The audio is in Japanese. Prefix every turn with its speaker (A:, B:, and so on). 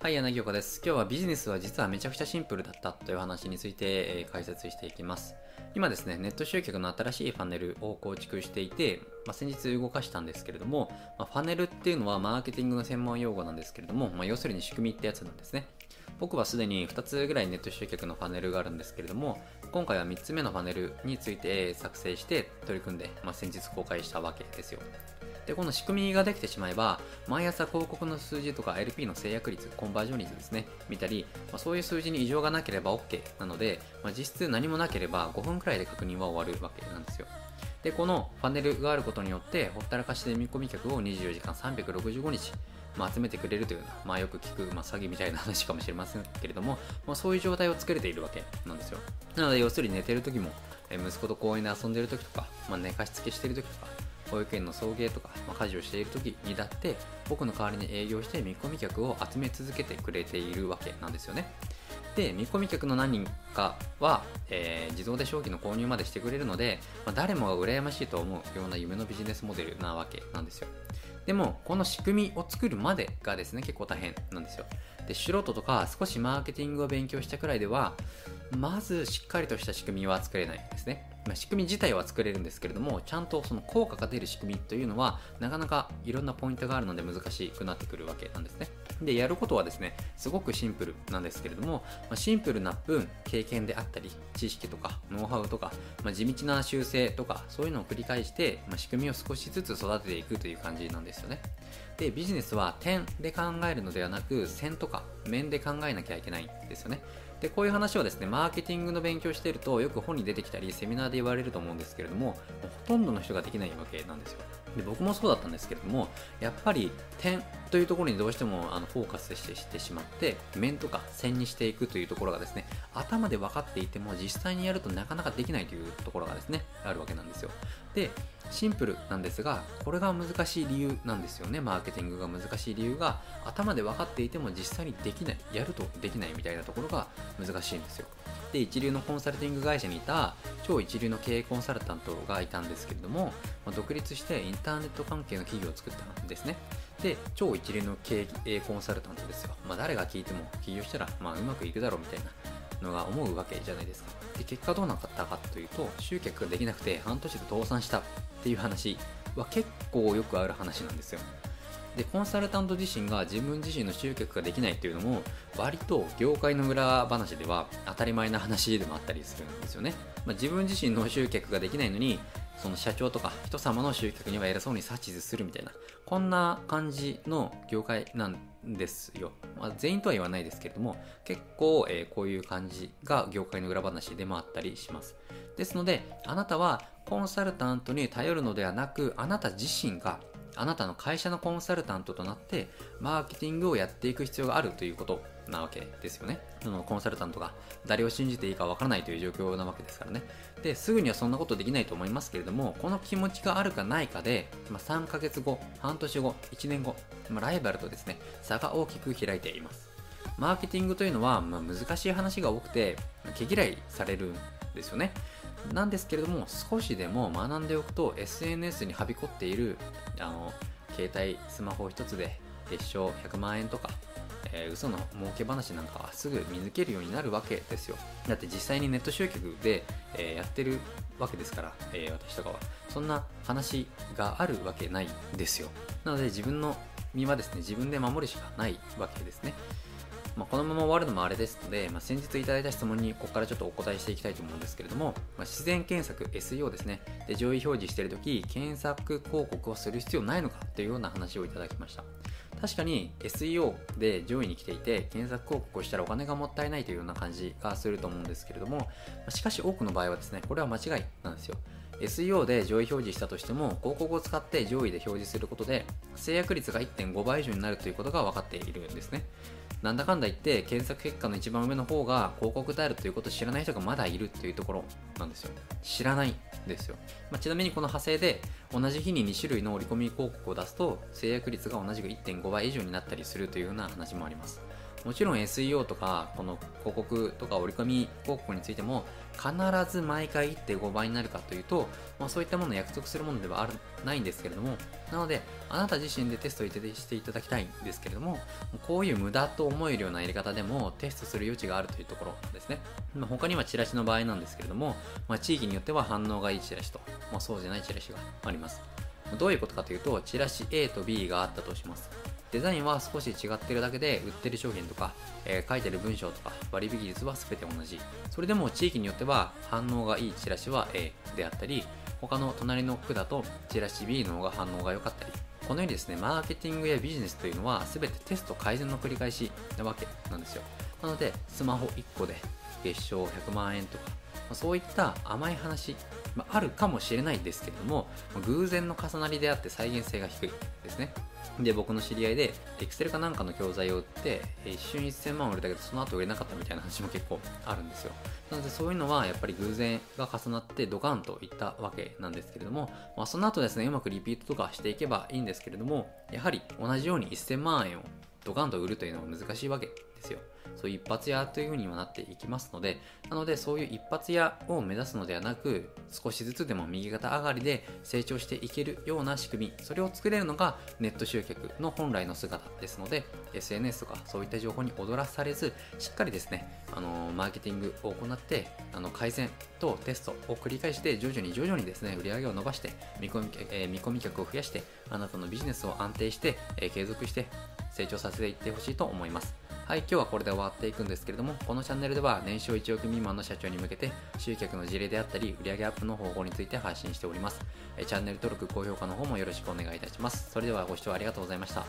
A: はい、柳岡です。今日はビジネスは実はめちゃくちゃシンプルだったという話について、解説していきます。今ですね、ネット集客の新しいファネルを構築していて、先日動かしたんですけれども、ファネルっていうのはマーケティングの専門用語なんですけれども、要するに仕組みってやつなんですね。僕はすでに2つぐらいネット集客のファネルがあるんですけれども、今回は3つ目のファネルについて作成して取り組んで、先日公開したわけですよ。で、この仕組みができてしまえば、毎朝広告の数字とか LP の制約率、コンバージョン率ですね、見たり、そういう数字に異常がなければ OK なので、実質何もなければ5分くらいで確認は終わるわけなんですよ。で、このファネルがあることによって、ほったらかしで見込み客を24時間365日、集めてくれるというような、よく聞く、詐欺みたいな話かもしれませんけれども、そういう状態を作れているわけなんですよ。なので、要するに寝てる時も、息子と公園で遊んでる時とか、寝かしつけしてる時とか、保育園の送迎とか、家事をしている時にだって僕の代わりに営業して見込み客を集め続けてくれているわけなんですよね。で、見込み客の何人かは、自動で商品の購入までしてくれるので、誰もが羨ましいと思うような夢のビジネスモデルなわけなんですよ。でもこの仕組みを作るまでがですね、結構大変なんですよ。で、素人とか少しマーケティングを勉強したくらいではまずしっかりとした仕組みは作れないですね。仕組み自体は作れるんですけれども、ちゃんとその効果が出る仕組みというのはなかなかいろんなポイントがあるので難しくなってくるわけなんですね。で、やることはですね、すごくシンプルなんですけれども、シンプルな分経験であったり知識とかノウハウとか、地道な修正とかそういうのを繰り返して、仕組みを少しずつ育てていくという感じなんですよね。で、ビジネスは点で考えるのではなく線とか面で考えなきゃいけないんですよね。で、こういう話をですね、マーケティングの勉強しているとよく本に出てきたりセミナーで言われると思うんですけれども、ほとんどの人ができないわけなんですよ。で、僕もそうだったんですけれども、やっぱり点というところにどうしてもフォーカスしてしまって面とか線にしていくというところがですね、頭で分かっていても実際にやるとなかなかできないというところがですね、あるわけなんですよ。で、シンプルなんですが、これが難しい理由なんですよね。マーケティングが難しい理由が、頭で分かっていても実際にできない、やるとできないみたいなところが難しいんですよ。で、一流のコンサルティング会社にいた超一流の経営コンサルタントがいたんですけれども、独立してインターネット関係の企業を作ったんですね。で、超一流の経営コンサルタントですよ。誰が聞いても起業したらうまくいくだろうみたいなのが思うわけじゃないですか。で、結果どうなったかというと、集客ができなくて半年で倒産したっていう話は結構よくある話なんですよ。で、コンサルタント自身が自分自身の集客ができないっていうのも割と業界の裏話では当たり前な話でもあったりするんですよね。自分自身の集客ができないのにその社長とか人様の集客には偉そうに指図するみたいな、こんな感じの業界なんですよ。全員とは言わないですけれども、結構、こういう感じが業界の裏話でもあったりします。ですので、あなたはコンサルタントに頼るのではなく、あなた自身があなたの会社のコンサルタントとなってマーケティングをやっていく必要があるということなわけですよね。そのコンサルタントが誰を信じていいかわからないという状況なわけですからね。で、すぐにはそんなことできないと思いますけれども、この気持ちがあるかないかで、3ヶ月後、半年後、1年後、ライバルとですね、差が大きく開いています。マーケティングというのは、難しい話が多くて毛嫌いされるんですよね。なんですけれども、少しでも学んでおくと SNS にはびこっている携帯スマホ一つで月賞100万円とか、嘘の儲け話なんかはすぐ見抜けるようになるわけですよ。だって実際にネット集客で、やってるわけですから、私とかはそんな話があるわけないんですよ。なので自分の身はですね、自分で守るしかないわけですね。このまま終わるのもあれですので、先日いただいた質問にここからちょっとお答えしていきたいと思うんですけれども、自然検索 SEO ですね。で、上位表示しているとき、検索広告をする必要ないのかというような話をいただきました。確かに SEO で上位に来ていて、検索広告をしたらお金がもったいないというような感じがすると思うんですけれども、しかし多くの場合はですね、これは間違いなんですよ。SEO で上位表示したとしても、広告を使って上位で表示することで、制約率が 1.5 倍以上になるということが分かっているんですね。なんだかんだ言って検索結果の一番上の方が広告であるということを知らない人がまだいるっていうところなんですよ。知らないんですよ。ちなみにこの派生で同じ日に2種類の折り込み広告を出すと制約率が同じく 1.5 倍以上になったりするというような話もあります。 もちろん SEO とか、この広告とか折り込み広告についても、必ず毎回 1.5 倍になるかというと、そういったものを約束するものではないんですけれども、なので、あなた自身でテストをしていただきたいんですけれども、こういう無駄と思えるようなやり方でもテストする余地があるというところですね。他にはチラシの場合なんですけれども、地域によっては反応がいいチラシと、そうじゃないチラシがあります。どういうことかというと、チラシ A と B があったとします。デザインは少し違ってるだけで、売ってる商品とか、書いてる文章とか割引率は全て同じ。それでも地域によっては反応がいいチラシは A であったり、他の隣の区だとチラシ B の方が反応が良かったり、このようにですね、マーケティングやビジネスというのは全てテスト改善の繰り返しなわけなんですよ。なので、スマホ1個で月賞100万円とか、そういった甘い話、あるかもしれないですけれども、偶然の重なりであって再現性が低いですね。で、僕の知り合いで Excel かなんかの教材を売って一瞬1000万売れたけどその後売れなかったみたいな話も結構あるんですよ。なのでそういうのはやっぱり偶然が重なってドカンといったわけなんですけれども、その後ですね、うまくリピートとかしていけばいいんですけれども、やはり同じように1000万円をドカンと売るというのは難しいわけですよ。そういう一発屋という風にはなっていきますので、そういう一発屋を目指すのではなく、少しずつでも右肩上がりで成長していけるような仕組み、それを作れるのがネット集客の本来の姿ですので、SNS とかそういった情報に踊らされず、しっかりですね、マーケティングを行って、改善とテストを繰り返して、徐々にですね、売り上げを伸ばして、見込み客を増やして、あなたのビジネスを安定して、継続して成長させていってほしいと思います。はい、今日はこれで終わっていくんですけれども、このチャンネルでは年商1億未満の社長に向けて集客の事例であったり売上アップの方法について配信しております。チャンネル登録、高評価の方もよろしくお願いいたします。それではご視聴ありがとうございました。